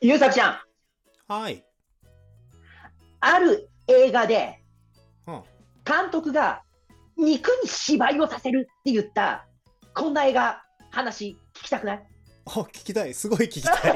ゆうさくちゃん、 はい。 ある映画でうん。 監督が肉に芝居をさせるって言った、こんな映画、話聞きたくない？ 聞きたい。すごい聞きたい。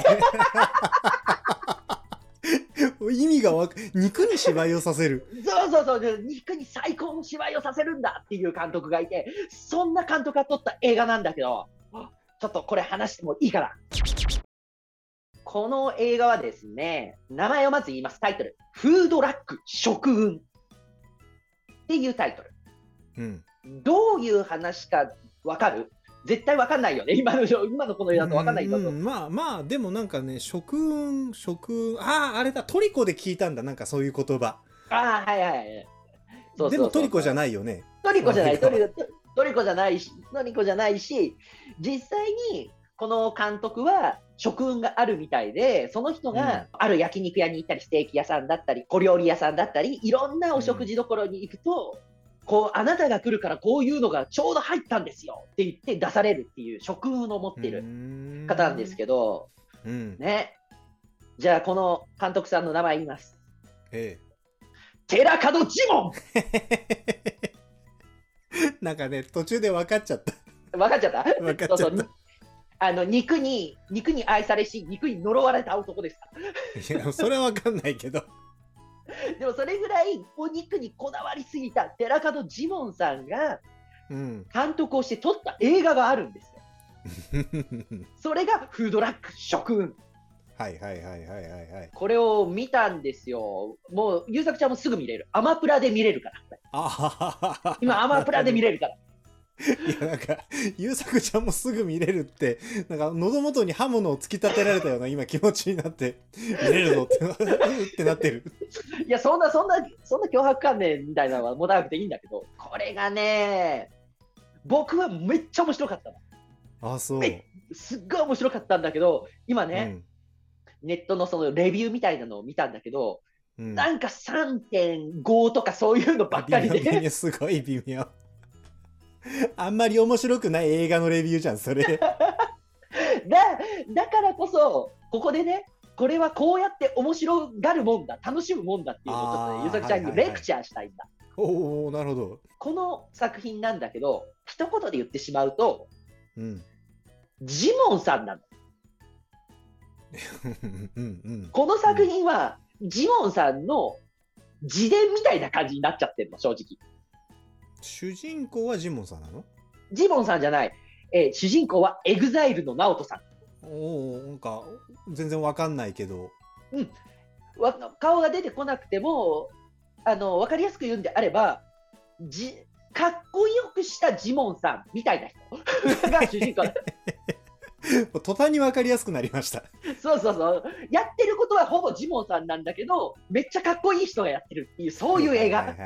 意味が肉に芝居をさせる。 そうそうそう、肉に最高の芝居をさせるんだっていう監督がいて、そんな監督が撮った映画なんだけど、ちょっとこれ話してもいいかな。この映画はですね、名前をまず言います。タイトル。フードラック食運っていうタイトル。 うん。 どういう話かわかる？絶対わかんないよね。今のこの映画だとわかんないんだと。 まあ、でもなんかね、あれだ、トリコで聞いたんだ、なんかそういう言葉。 はいはい。そうそうそうそう。 でもトリコじゃないよね。 トリコじゃない、トリコじゃないし、実際にこの監督は職運があるみたいで、その人がある焼肉屋に行ったり、ステーキ屋さんだったり、小料理屋さんだったり、いろんなお食事どころに行くと、こうあなたが来るからこういうのがちょうど入ったんですよって言って出されるっていう職運を持ってる方なんですけど、ね。じゃあこの監督さんの名前言います。寺門ジモン。 なんかね、途中で分かっちゃった。 分かっちゃった？ 分かっちゃった。 肉に愛されし、肉に呪われた男ですか？ いや、それは分かんないけど。 でもそれぐらいお肉にこだわりすぎた寺門ジモンさんが監督をして撮った映画があるんですよ。それがフードラック食運。 はい。 これを見たんですよ。もうゆうさくちゃんもすぐ見れる。アマプラで見れるから。今アマプラで見れるから。 いや、なんかゆうさくちゃんもすぐ見れるって、なんか喉元に刃物を突き立てられたような今気持ちになって、見れるぞってなってる。 いや、そんな脅迫観念みたいなのは持たなくていいんだけど、これがね、僕はめっちゃ面白かったの。 そう。 すっごい面白かったんだけど、今ね、ネットのそのレビューみたいなのを見たんだけど、なんか 3.5 とかそういうのばっかりで。 すごい微妙。あんまり面白くない映画のレビューじゃん、それ。 だからこそ、ここでね、これはこうやって面白がるもんだ、楽しむもんだっていうのをちょっとね、ゆさくちゃんにレクチャーしたいんだ。 おお、なるほど。この作品なんだけど、一言で言ってしまうと、ジモンさんなの。この作品は、ジモンさんの自伝みたいな感じになっちゃってるの、正直。 主人公はジモンさんなの？ ジモンさんじゃない。主人公はエグザイルのナオトさん。 なんか全然わかんないけど。 顔が出てこなくても、わかりやすく言うんであれば、かっこよくしたジモンさんみたいな人が主人公。 途端にわかりやすくなりました。 そう。やってることはほぼジモンさんなんだけど、めっちゃかっこいい人がやってるっていう、そういう映画。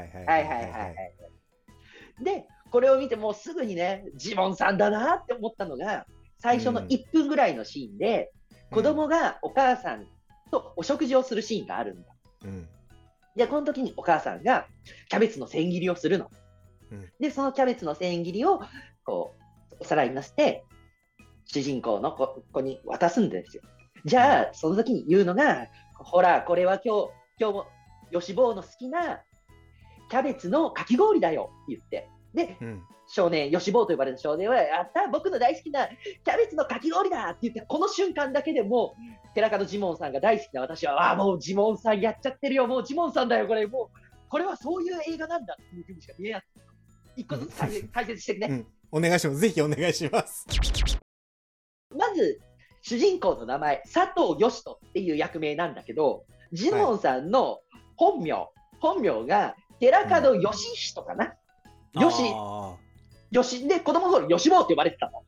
で、これを見てもうすぐにね、ジモンさんだなって思ったのが、最初の1分ぐらいのシーンで、子供がお母さんとお食事をするシーンがあるんだ。で、この時にお母さんがキャベツの千切りをするの。で、そのキャベツの千切りをこうお皿に乗せて、主人公の子に渡すんですよ。じゃあ、その時に言うのが、ほら、これは今日も吉坊の好きなキャベツのかき氷だよって言って。で、少年、吉坊と呼ばれる少年は、やった、僕の大好きなキャベツのかき氷だって言って、この瞬間だけでもう、寺門ジモンさんが大好きな私は、もうジモンさんやっちゃってるよ、もうジモンさんだよ、これ、もう、これはそういう映画なんだっていうふうにしか見えない。一個ずつ解説してね。 お願いします。ぜひお願いします。 まず、主人公の名前、佐藤義人っていう役名なんだけど、ジモンさんの本名が寺門義人かな。よしで子供の頃吉坊って呼ばれてたの。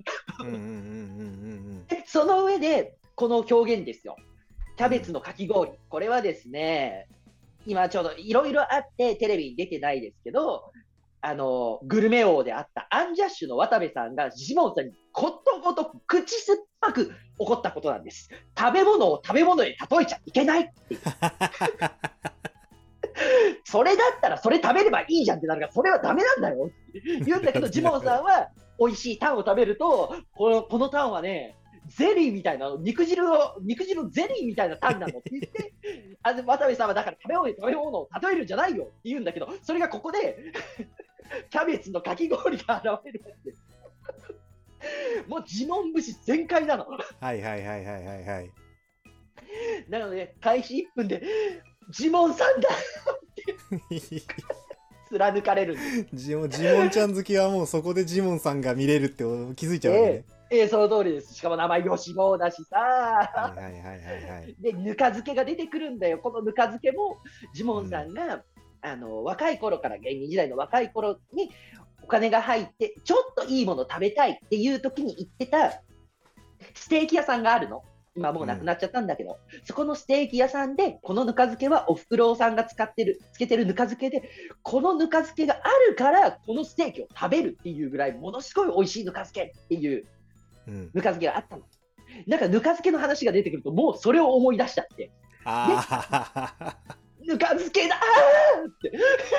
その上でこの表現ですよ。キャベツのかき氷、これはですね、今ちょうどいろいろあってテレビに出てないですけど、グルメ王であったアンジャッシュの渡部さんがジモンさんにことごとく口酸っぱく怒ったことなんです。食べ物を食べ物で例えちゃいけないってそれだったらそれ食べればいいじゃんってなるから、それはダメなんだよって言うんだけど、ジモンさんは美味しいタンを食べると、このタンはね、 ゼリーみたいな、肉汁のゼリーみたいなタンなのって言って、渡部さんはだから食べ物を例えるんじゃないよって言うんだけど、それがここでキャベツのかき氷が現れるわけもう自問節全開なの。 はいはいはいはいはいはい。 なので、開始1分で、ジモンさんだって貫かれるんです。 ジモンちゃん好きはもうそこでジモンさんが見れるって気づいちゃうわけね。 その通りです。しかも名前吉坊だしさ。 はいはいはいはいはい。 で、ぬか漬けが出てくるんだよ。このぬか漬けも、ジモンさんが、若い頃から芸人時代の若い頃にお金が入って、ちょっといいもの食べたいっていう時に行ってたステーキ屋さんがあるの。今もうなくなっちゃったんだけど、そこのステーキ屋さんで、このぬか漬けはおふくろさんがつけてるぬか漬けで、このぬか漬けがあるから、このステーキを食べるっていうぐらい、ものすごい美味しいぬか漬けっていうぬか漬けがあったの。なんかぬか漬けの話が出てくると、もうそれを思い出しちゃって。ぬか漬けだーって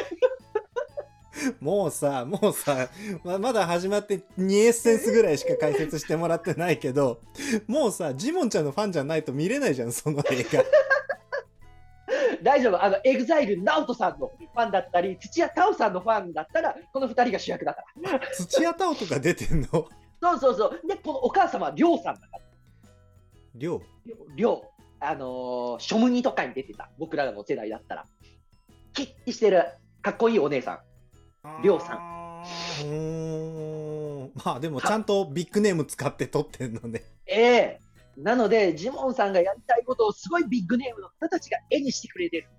もうさまだ始まって2エッセンスぐらいしか解説してもらってないけど、もうさジモンちゃんのファンじゃないと見れないじゃん、その映画。 大丈夫、EXILE ナオトさんのファンだったり、土屋太鳳さんのファンだったら、この2人が主役だから。 土屋太鳳とか出てんの？ そうそうそう。で、このお母様はりょうさんだから。りょう。庶務にとかに出てた、僕らの世代だったら。キッてしてる、かっこいいお姉さん。りょうさん。 まあでもちゃんとビッグネーム使って撮ってんのね。 なので、ジモンさんがやりたいことをすごいビッグネームの人たちが絵にしてくれてる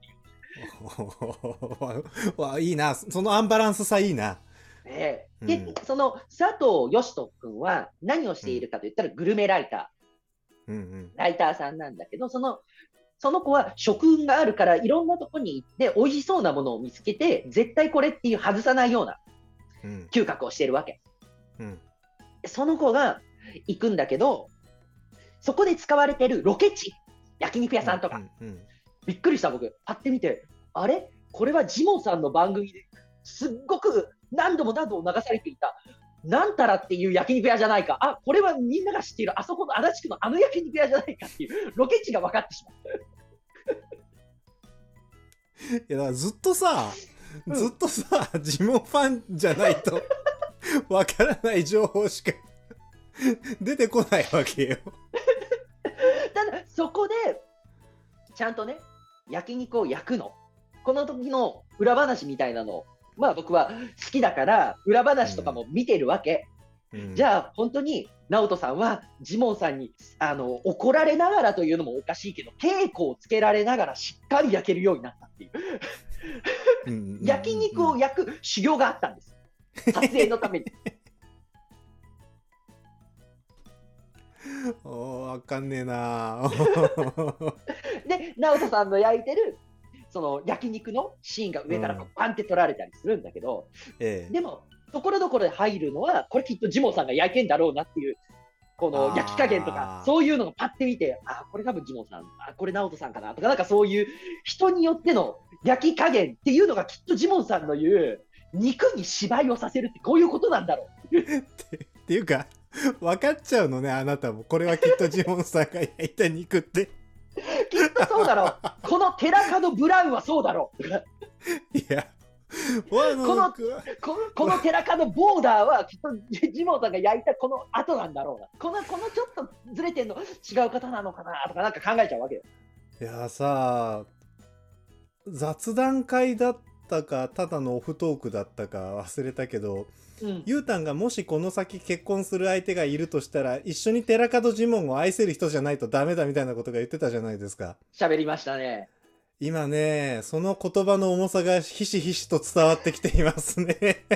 っていう。わいいな、そのアンバランスさいいな。 で、その佐藤義人君は何をしているかといったら、グルメライター、ライターさんなんだけど、その子は食運があるからいろんなとこに行って美味しそうなものを見つけて、絶対これっていう外さないような嗅覚をしているわけ。その子が行くんだけど、そこで使われているロケ地、焼肉屋さんとか、びっくりした僕、パッて見て、あれこれはジモンさんの番組ですっごく何度も流されていたなんたらっていう焼肉屋じゃないか、あ、これはみんなが知っているあそこの足立区のあの焼肉屋じゃないかっていうロケ地が分かってしまう。いやだからずっとさ、ジモンファンじゃないと分からない情報しか出てこないわけよ。 ただそこでちゃんとね、焼肉を焼くの、この時の裏話みたいなの、まあ僕は好きだから裏話とかも見てるわけ、じゃあ本当に直人さんはジモンさんに怒られながらというのもおかしいけど、稽古をつけられながらしっかり焼けるようになったっていう焼肉を焼く修行があったんです、撮影のために。 わかんねえな。 で直人さんの焼いてるその焼肉のシーンが上からパンって撮られたりするんだけど、でもところどころで入るのはこれきっとジモンさんが焼いてんだろうなっていうこの焼き加減とかそういうのがパッて見て、あ、これ多分ジモンさん、あ、これ直人さんかなとか、なんかそういう人によっての焼き加減っていうのがきっとジモンさんの言う肉に芝居をさせるってこういうことなんだろうっていうか分かっちゃうのね、あなたも。これはきっとジモンさんが焼いた肉ってきっとそうだろうこの寺門ブラウンはそうだろういやこの寺門ボーダーはきっとジモンさんが焼いたこの後なんだろうな、このちょっとずれてんの違う方なのかなとかなんか考えちゃうわけよ。 いやさ、雑談会だったかただのオフトークだったか忘れたけど、ゆうたんがもしこの先結婚する相手がいるとしたら一緒に寺門ジモンを愛せる人じゃないとダメだみたいなことが言ってたじゃないですか。 喋りましたね。 今ね、その言葉の重さがひしひしと伝わってきていますね。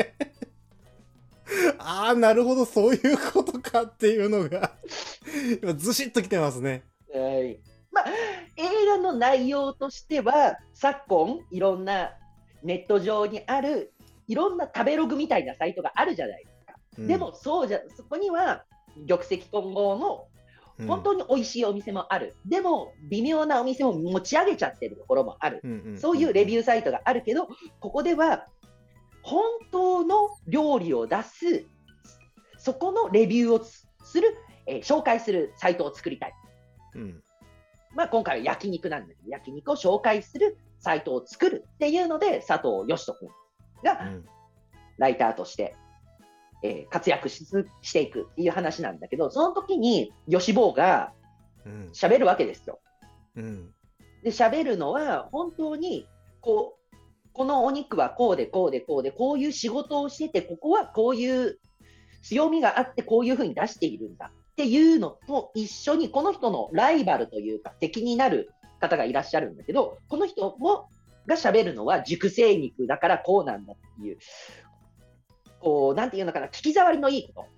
ああ、なるほど、そういうことかっていうのが今ずしっときてますね。 まあ、映画の内容としては昨今いろんなネット上にあるいろんな食べログみたいなサイトがあるじゃないですか、でもそこには玉石混合の本当に美味しいお店もある、でも微妙なお店も持ち上げちゃってるところもある、そういうレビューサイトがあるけど、ここでは本当の料理を出すそこのレビューをする紹介するサイトを作りたい。まあ、今回は焼肉なんだけど、焼肉を紹介するサイトを作るっていうので、佐藤義人君がライターとして、活躍していくっていう話なんだけど、その時に吉坊が喋るわけですよ。で、喋るのは本当にこのお肉はこうでこうでこうで、こういう仕事をしてて、ここはこういう強みがあって、こういうふうに出しているんだっていうのと一緒に、この人のライバルというか敵になる方がいらっしゃるんだけど、この人が喋るのは熟成肉だからこうなんだっていう、なんていうのかな、聞き障りのいいこと。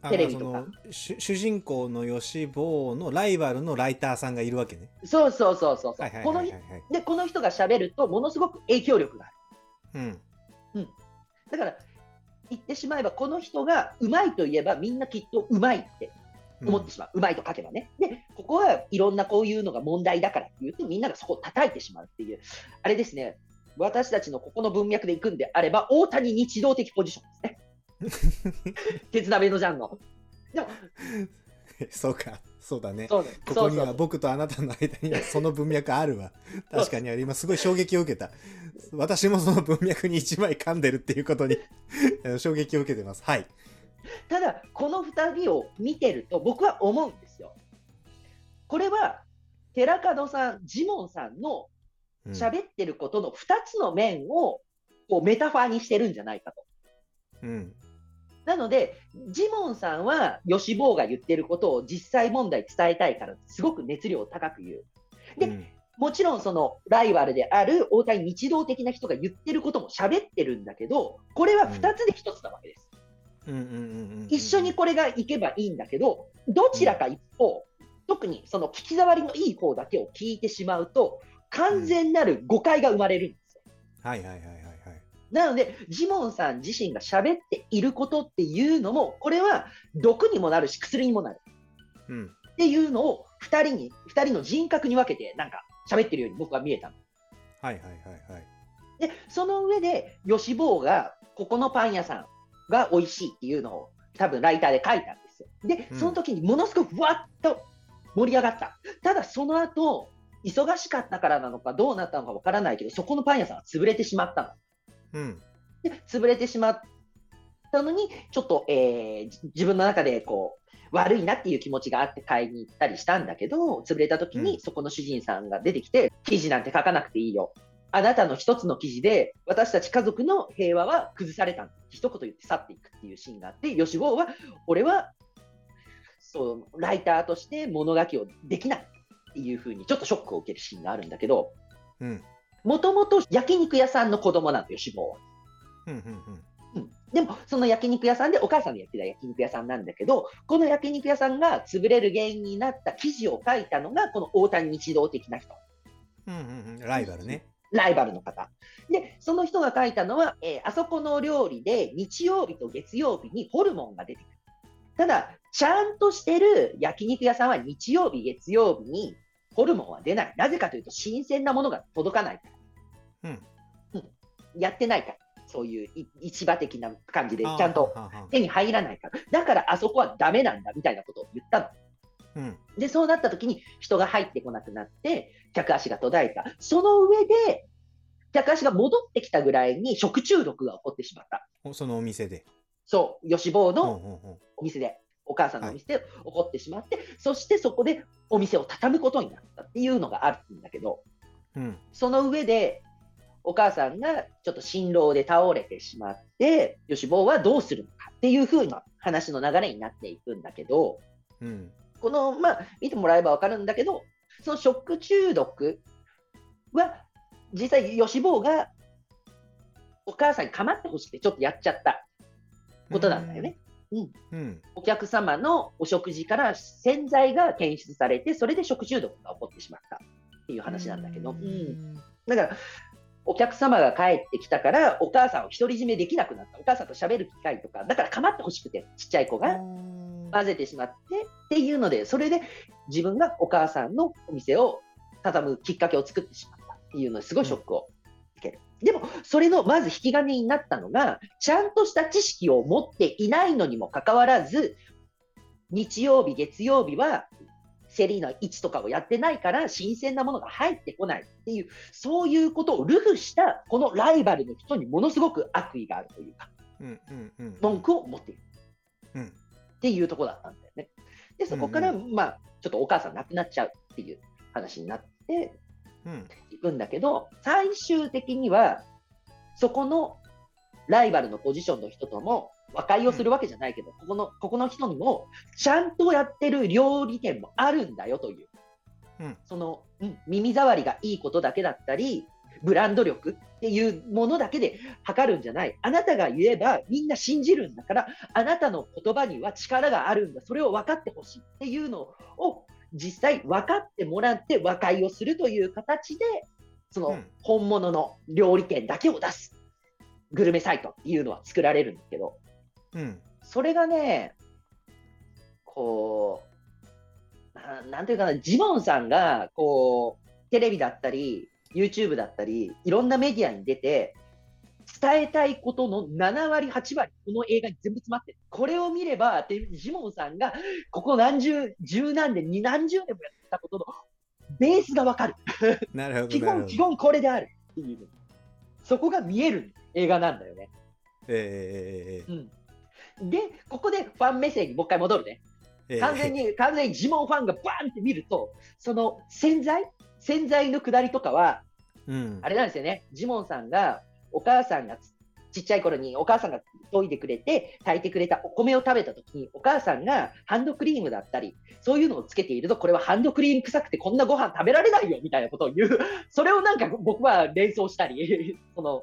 テレビとか主人公の吉坊のライバルのライターさんがいるわけね。 そう。この人が喋るとものすごく影響力がある。だから言ってしまえば、この人がうまいと言えばみんなきっとうまいって思ってしまう。うまいと書けばね。で、ここはいろんなこういうのが問題だからって言うと、みんながそこを叩いてしまうっていう、あれですね。私たちのここの文脈でいくんであれば、大谷日動的ポジションですね。鉄鍋のジャンの。でもそうか、そうだね。ここには僕とあなたの間にはその文脈あるわ。確かに今すごい衝撃を受けた。私もその文脈に一枚噛んでるっていうことに衝撃を受けてます。はい。 ただこの2人を見てると僕は思うんですよ。これは寺門さん、ジモンさんの喋ってることの2つの面をメタファーにしてるんじゃないかと。なのでジモンさんは吉坊が言ってることを実際問題伝えたいからすごく熱量を高く言う。で、もちろんそのライバルである大谷日動的な人が言ってることも喋ってるんだけど、これは2つで1つなわけです。一緒にこれがいけばいいんだけど、どちらか一方、特にその聞き障りのいい方だけを聞いてしまうと完全なる誤解が生まれるんですよ。なのでジモンさん自身が喋っていることっていうのも、これは毒にもなるし薬にもなる、っていうのを2人の人格に分けてなんか喋ってるように僕は見えたの。でその上で吉坊がここのパン屋さんが美味しいっていうのを多分ライターで書いたんですよ。でその時にものすごくふわっと盛り上がった。ただその後忙しかったからなのかどうなったのかわからないけど、そこのパン屋さんは潰れてしまったの。で潰れてしまったのにちょっと、自分の中で悪いなっていう気持ちがあって買いに行ったりしたんだけど、潰れた時にそこの主人さんが出てきて、記事なんて書かなくていいよ、あなたの一つの記事で私たち家族の平和は崩されたんだ、一言言って去っていくっていうシーンがあって、吉坊は俺はそうライターとして物書きをできないっていう風にちょっとショックを受けるシーンがあるんだけど、もともと焼肉屋さんの子供なんだよ、吉坊は。でもその焼肉屋さんでお母さんのやってた焼肉屋さんなんだけど、この焼肉屋さんが潰れる原因になった記事を書いたのがこの大谷日動的な人、 ライバルね。 ライバルの方で、その人が書いたのは、あそこの料理で日曜日と月曜日にホルモンが出てくる。ただちゃんとしてる焼肉屋さんは日曜日月曜日にホルモンは出ない。なぜかというと新鮮なものが届かないから、やってないから、そういう市場的な感じでちゃんと手に入らないから、だからあそこはダメなんだみたいなことを言ったの。でそうなった時に人が入ってこなくなって客足が途絶えた。その上で客足が戻ってきたぐらいに食中毒が起こってしまった。 そのお店で、 そう吉坊のお店で、お母さんのお店で起こってしまって、そしてそこでお店を畳むことになったっていうのがあるんだけど、その上でお母さんがちょっと心労で倒れてしまって、吉坊はどうするのかっていう風な話の流れになっていくんだけど、この見てもらえば分かるんだけど、その食中毒は実際吉坊がお母さんに構ってほしくてちょっとやっちゃったことなんだよね。お客様のお食事から洗剤が検出されて、それで食中毒が起こってしまったっていう話なんだけど、だからお客様が帰ってきたからお母さんを独り占めできなくなった。お母さんと喋る機会とかだから構ってほしくて、ちっちゃい子が混ぜてしまってっていうので、それで自分がお母さんのお店を畳むきっかけを作ってしまったっていうのですごいショックを受ける。でもそれのまず引き金になったのが、ちゃんとした知識を持っていないのにもかかわらず日曜日、月曜日は競りの位置とかをやってないから新鮮なものが入ってこないっていう、そういうことを流布したこのライバルの人にものすごく悪意があるというか、文句を持っている、っていうところだったんだよね。でそこから、ちょっとお母さん亡くなっちゃうっていう話になっていくんだけど、最終的にはそこのライバルのポジションの人とも和解をするわけじゃないけど、ここの人にもちゃんとやってる料理店もあるんだよという、その、耳障りがいいことだけだったりブランド力っていうものだけで測るんじゃない、あなたが言えばみんな信じるんだから、あなたの言葉には力があるんだ、それを分かってほしいっていうのを実際分かってもらって和解をするという形で、その本物の料理店だけを出すグルメサイトっていうのは作られるんだけど、それがね、こうなんていうかな、ジモンさんがこうテレビだったり YouTube だったりいろんなメディアに出て伝えたいことの7割8割この映画に全部詰まってる。これを見ればジモンさんがここ十何年何十年もやってたことのベースが分かる。 なるほど基本これであるっていう、そこが見える映画なんだよね。でここでファン目線にもう一回戻るね。完全にジモンファンがバーンって見ると、その洗剤の下りとかは、あれなんですよね。ジモンさんがお母さんがちっちゃい頃にお母さんが研いでくれて炊いてくれたお米を食べた時に、お母さんがハンドクリームだったりそういうのをつけていると、これはハンドクリーム臭くてこんなご飯食べられないよみたいなことを言うそれをなんか僕は連想したりその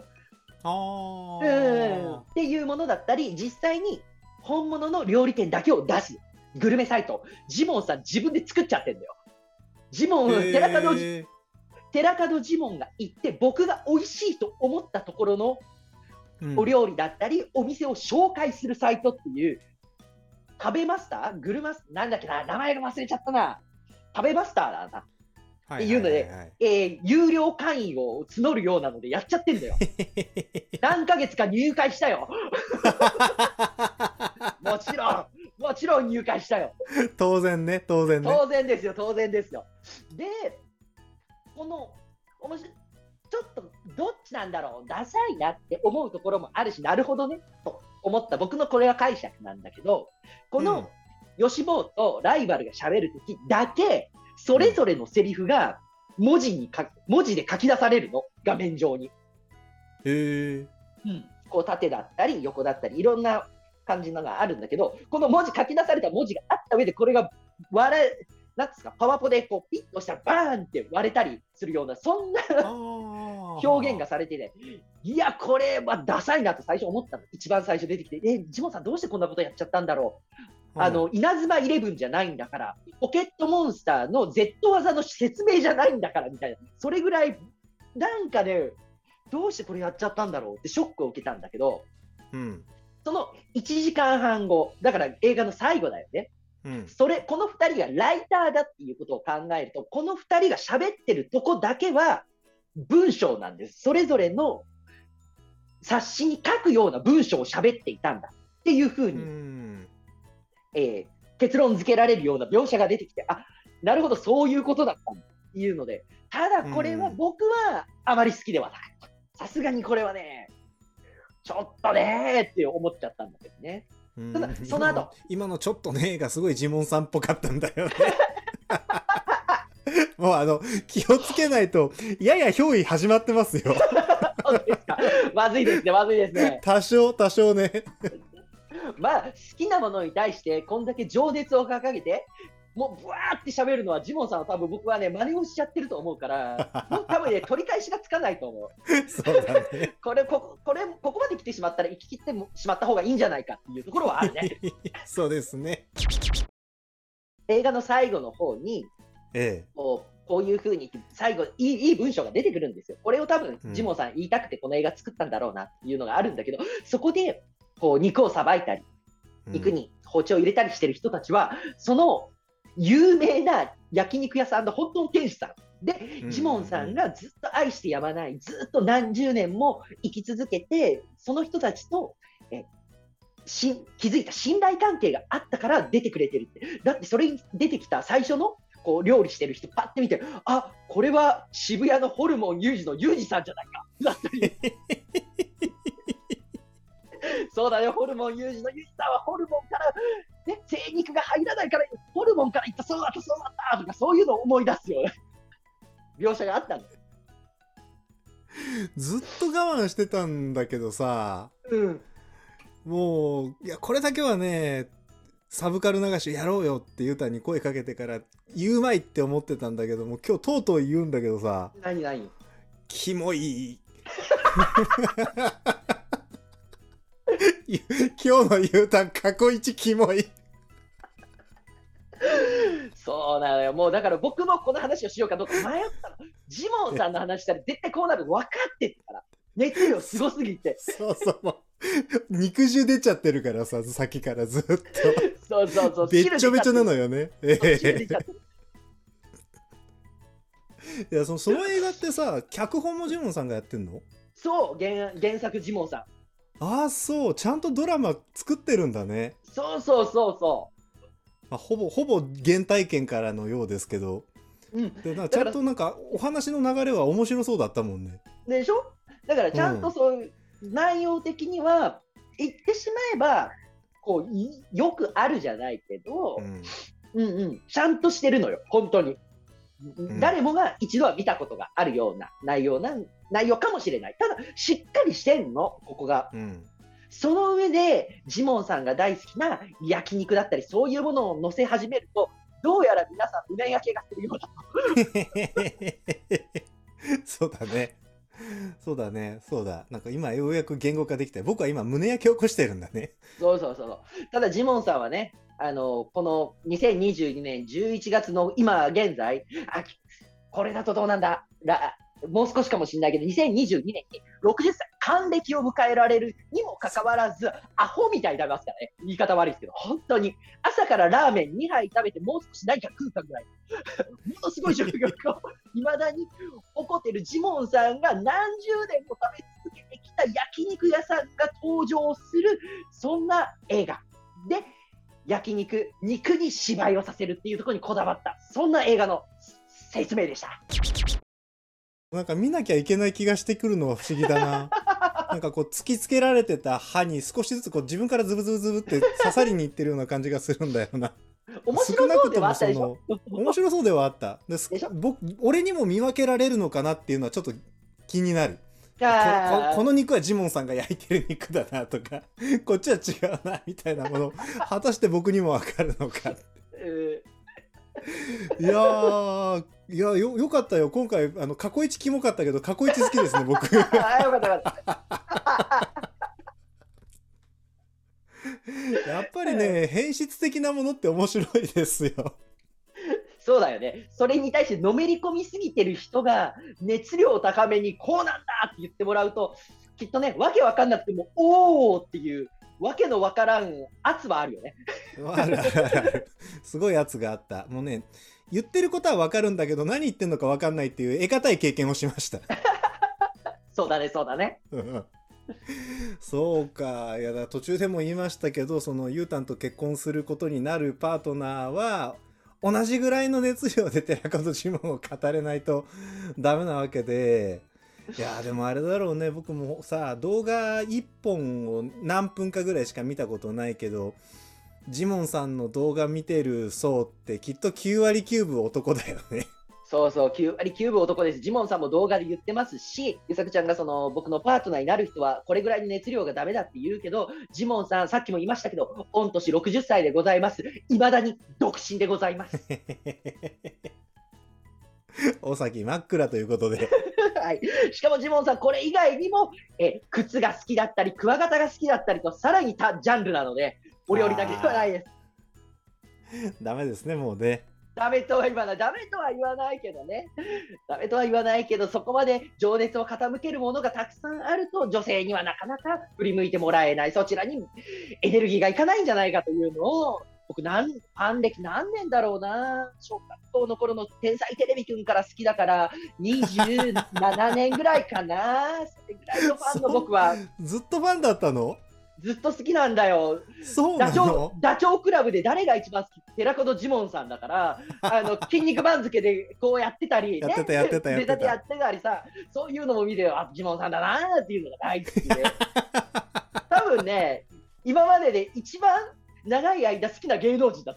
っていうものだったり、実際に本物の料理店だけを出すグルメサイト、ジモンさん自分で作っちゃってんだよ。寺門ジモンが行って僕が美味しいと思ったところのお料理だったり、お店を紹介するサイトっていう、食べマスターグルマスなんだっけな、名前が忘れちゃったな、食べマスターだなっていうので、有料会員を募るようなのでやっちゃってんだよ。何ヶ月か入会したよ。もちろん入会したよ。 当然ね。 当然ですよ。で、このちょっとどっちなんだろう、ダサいなって思うところもあるし、なるほどねと思った僕のこれは解釈なんだけど、この吉坊とライバルが喋るときだけ、それぞれのセリフが文字で書き出されるの、画面上に。こう縦だったり横だったりいろんな感じのがあるんだけど、この書き出された文字があった上で、これがなんですか、パワポでこうピッとしたらバーンって割れたりするような、そんな表現がされてね、いやこれはダサいなと最初思ったの。一番最初出てきて、ジモンさんどうしてこんなことやっちゃったんだろう、稲妻イレブンじゃないんだから、ポケットモンスターの Z 技の説明じゃないんだからみたいな、それぐらいなんかね、どうしてこれやっちゃったんだろうってショックを受けたんだけど、その1時間半後だから映画の最後だよね。この2人がライターだっていうことを考えると、この2人が喋ってるとこだけは文章なんです。それぞれの冊子に書くような文章を喋っていたんだっていうふうに、結論付けられるような描写が出てきて、あ、なるほどそういうことだったっていうので、ただこれは僕はあまり好きではない。さすがにこれはね、ちょっとねって思っちゃったんだけどね。その後今のちょっとねがすごいジモンさんっぽかったんだよね。もう気をつけないとやや憑依始まってますよ。 そうですか。まずいですね。 多少ね。 まあ好きなものに対してこんだけ情熱を掲げてもうブワーって喋るのは、ジモンさんは多分僕はね真似をしちゃってると思うから、多分ね取り返しがつかないと思う。 そうだね。 ここまで来てしまったら生き切ってしまった方がいいんじゃないかっていうところはあるね。 そうですね。 映画の最後の方に、こういう風に最後いい文章が出てくるんですよ。これを多分ジモンさん言いたくてこの映画作ったんだろうなっていうのがあるんだけど、そこでこう肉をさばいたり肉に包丁を入れたりしてる人たちは、その有名な焼肉屋さんの本当の店主さんで、ジモンさんがずっと愛してやまない、ずっと何十年も生き続けて、その人たちと気づいた信頼関係があったから出てくれてるって。だってそれに出てきた最初のこう料理してる人パッて見て、あ、これは渋谷のホルモンユージのユージさんじゃないかだったりそうだよ、ホルモンユージのユージさんはホルモンから、ね、精肉が入らないからホルモンからいった、そうだったそうだったとか、そういうのを思い出すよね描写があったんだよ。 ずっと我慢してたんだけどさ、もういやこれだけはねサブカル流しやろうよってユタに声かけてから言うまいって思ってたんだけども、今日とうとう言うんだけどさ、 何キモい今日のユタ過去一キモいそうなのよ。もうだから僕もこの話をしようかどうか迷ったの。ジモンさんの話したら絶対こうなるの分かってたから。熱量すごすぎて。 そうそう、肉汁出ちゃってるからさ、さっきからずっと。 そう。 べっちょべちょなのよね。いや、その映画ってさ、脚本もジモンさんがやってんの？ そう、原作ジモンさん。 ああ、そう、ちゃんとドラマ作ってるんだね。 そう。 まあ、ほぼ原体験からのようですけど、でちゃんとなんかお話の流れは面白そうだったもんね。 でしょ？だからちゃんとそういう内容的には言ってしまえばこうよくあるじゃないけど、ちゃんとしてるのよ本当に。誰もが一度は見たことがあるような内容かもしれない。ただしっかりしてんのここが。その上でジモンさんが大好きな焼肉だったりそういうものを載せ始めると、どうやら皆さん胸焼けがするようだとそうだなんか今ようやく言語化できた。僕は今胸焼けを起こしてるんだね。 そうただジモンさんはね、この2022年11月の今現在、これだとどうなんだ、もう少しかもしれないけど、2022年に60歳還暦を迎えられるにもかかわらず、アホみたいに食べますからね。言い方悪いですけど、本当に。朝からラーメン2杯食べて、もう少し何か食うかぐらい。ものすごい食欲をいまだに起こっているジモンさんが何十年も食べ続けてきた焼肉屋さんが登場する、そんな映画で、肉に芝居をさせるっていうところにこだわった、そんな映画の説明でした。 なんか見なきゃいけない気がしてくるのは不思議だな。なんかこう突きつけられてた歯に少しずつこう自分からズブズブズブって刺さりにいってるような感じがするんだよな。 面白そうではあったでしょ。 面白そうではあった。俺にも見分けられるのかなっていうのはちょっと気になる。この肉はジモンさんが焼いてる肉だなとか、こっちは違うなみたいなもの果たして僕にも分かるのか。いやよかったよ今回。過去一キモかったけど過去一好きですね僕。よかったやっぱりね変質的なものって面白いですよ。 そうだよね。それに対してのめり込みすぎてる人が熱量高めにこうなんだって言ってもらうと、きっとね、わけわかんなくてもおーっていうわけのわからん圧はあるよね。 あるすごい圧があった。もうね、言ってることはわかるんだけど何言ってんのかわかんないっていう得難い経験をしました。 そうだねそうか。いやだ途中でも言いましたけど、そのゆうたんと結婚することになるパートナーは同じぐらいの熱量で寺門ジモンを語れないとダメなわけで、いやでもあれだろうね。僕もさ動画1本を何分かぐらいしか見たことないけど、ジモンさんの動画見てる層ってきっと9割9分男だよね。 そう9割9分男です。ジモンさんも動画で言ってますし、ゆさくちゃんがその僕のパートナーになる人はこれぐらいの熱量がダメだって言うけど、ジモンさんさっきも言いましたけど、御年60歳でございます。未だに独身でございます。 お先真っ暗ということで。 はい、しかもジモンさんこれ以外にも靴が好きだったりクワガタが好きだったりとさらに他ジャンルなので、お料理だけではないです。 ダメですねもうね。 ダメとは言わないけどね。ダメとは言わないけど、そこまで情熱を傾けるものがたくさんあると、女性にはなかなか振り向いてもらえない、そちらにエネルギーがいかないんじゃないかというのを、僕ファン歴何年だろうな。小学校の頃の天才テレビくんから好きだから27年ぐらいかな。それぐらいのファンの僕は。 ずっとファンだったの？ ずっと好きなんだよ。 そうなの？ ダチョウ倶楽部で誰が一番好き？寺門ジモンさんだから、筋肉番付でこうやってたり、ね、 やってた。 出たてやってたりさ、そういうのも見て、あ、ジモンさんだなーっていうのが大好きで。多分ね、今までで一番長い間好きな芸能人だった。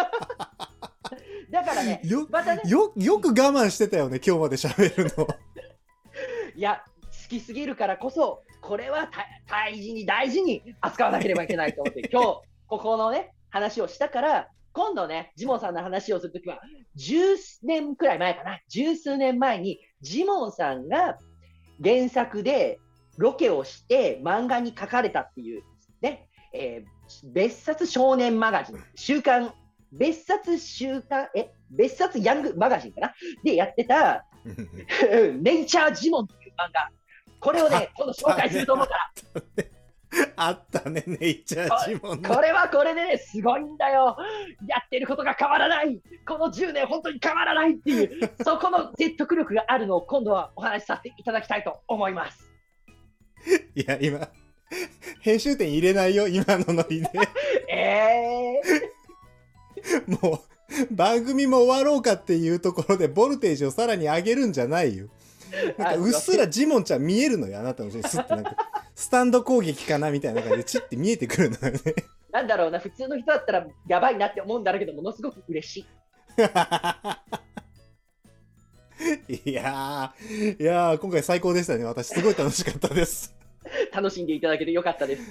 だからね、またねよく我慢してたよね、今日まで喋るの。 いや、好きすぎるからこそ、これは大事に扱わなければいけないと思って、今日、ここのね、話をしたから、今度ね、ジモンさんの話をするときは、10年くらい前かな、10数年前に、ジモンさんが原作でロケをして漫画に書かれたっていう、ね、別冊少年マガジン、別冊ヤングマガジンかなでやってた、ネイチャージモンという漫画。これをね、今度紹介すると思うから。 あったね、ネイチャージモン。 これはこれでね、すごいんだよ。やってることが変わらない。この10年本当に変わらないっていう、そこの説得力があるのを今度はお話しさせていただきたいと思います。 いや、今、編集点入れないよ、今のノリで。もう、番組も終わろうかっていうところで、ボルテージをさらに上げるんじゃないよ。なんかうっすらジモンちゃん見えるのよ、あなたの人にスッてなんかスタンド攻撃かなみたいな感じでチッて見えてくるのよね。なんだろうな、普通の人だったらやばいなって思うんだろうけど、ものすごく嬉しい。いやー今回最高でしたね。私すごい楽しかったです。 楽しんでいただけてよかったです。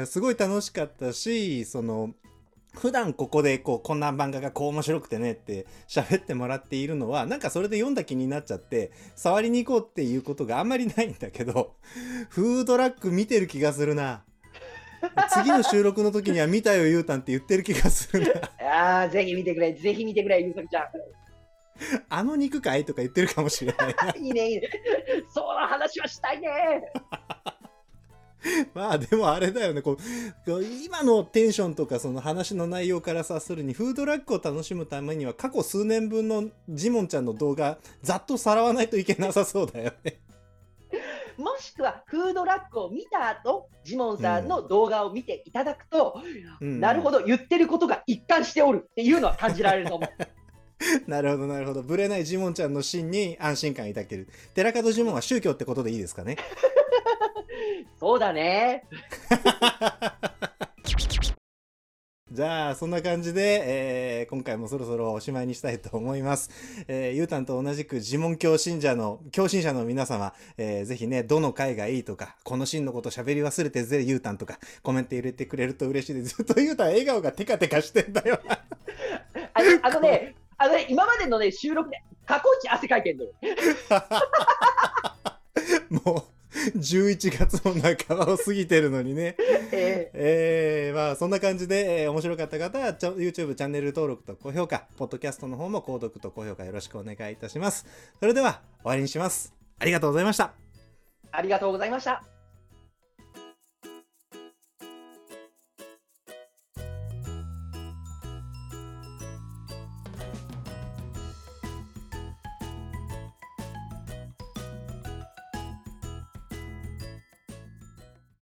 すごい楽しかったし、普段ここでこんな漫画がこう面白くてねって喋ってもらっているのは、なんかそれで読んだ気になっちゃって触りに行こうっていうことがあんまりないんだけど、フードラック見てる気がするな。次の収録の時には見たよゆうたんって言ってる気がするな。ぜひ見てくれゆうさみちゃん。 あの肉かいとか言ってるかもしれないな。 いいね。その話はしたいね。 まあでもあれだよね、今のテンションとかその話の内容から察するに、フードラックを楽しむためには過去数年分のジモンちゃんの動画ざっとさらわないといけなさそうだよね。 もしくはフードラックを見た後、ジモンさんの動画を見ていただくと、なるほど、言ってることが一貫しておるっていうのは感じられると思う。 なるほど。ぶれないジモンちゃんの芯に安心感抱ける。寺門ジモンは宗教ってことでいいですかね。 そうだね。 じゃあそんな感じで、今回もそろそろおしまいにしたいと思います。ゆうたんと同じくジモン教信者の皆様、ぜひね、どの回がいいとか、このシーンのこと喋り忘れてぜゆうたんとかコメント入れてくれると嬉しいです。ずっとゆうたん笑顔がテカテカしてんだよ。 今までのね収録で過去一汗かいてんのよ。 もう11月の半ばを過ぎてるのにね。まあそんな感じで、面白かった方はYouTube チャンネル登録と高評価、ポッドキャストの方も購読と高評価よろしくお願いいたします。それでは終わりにします。ありがとうございました。 ありがとうございました。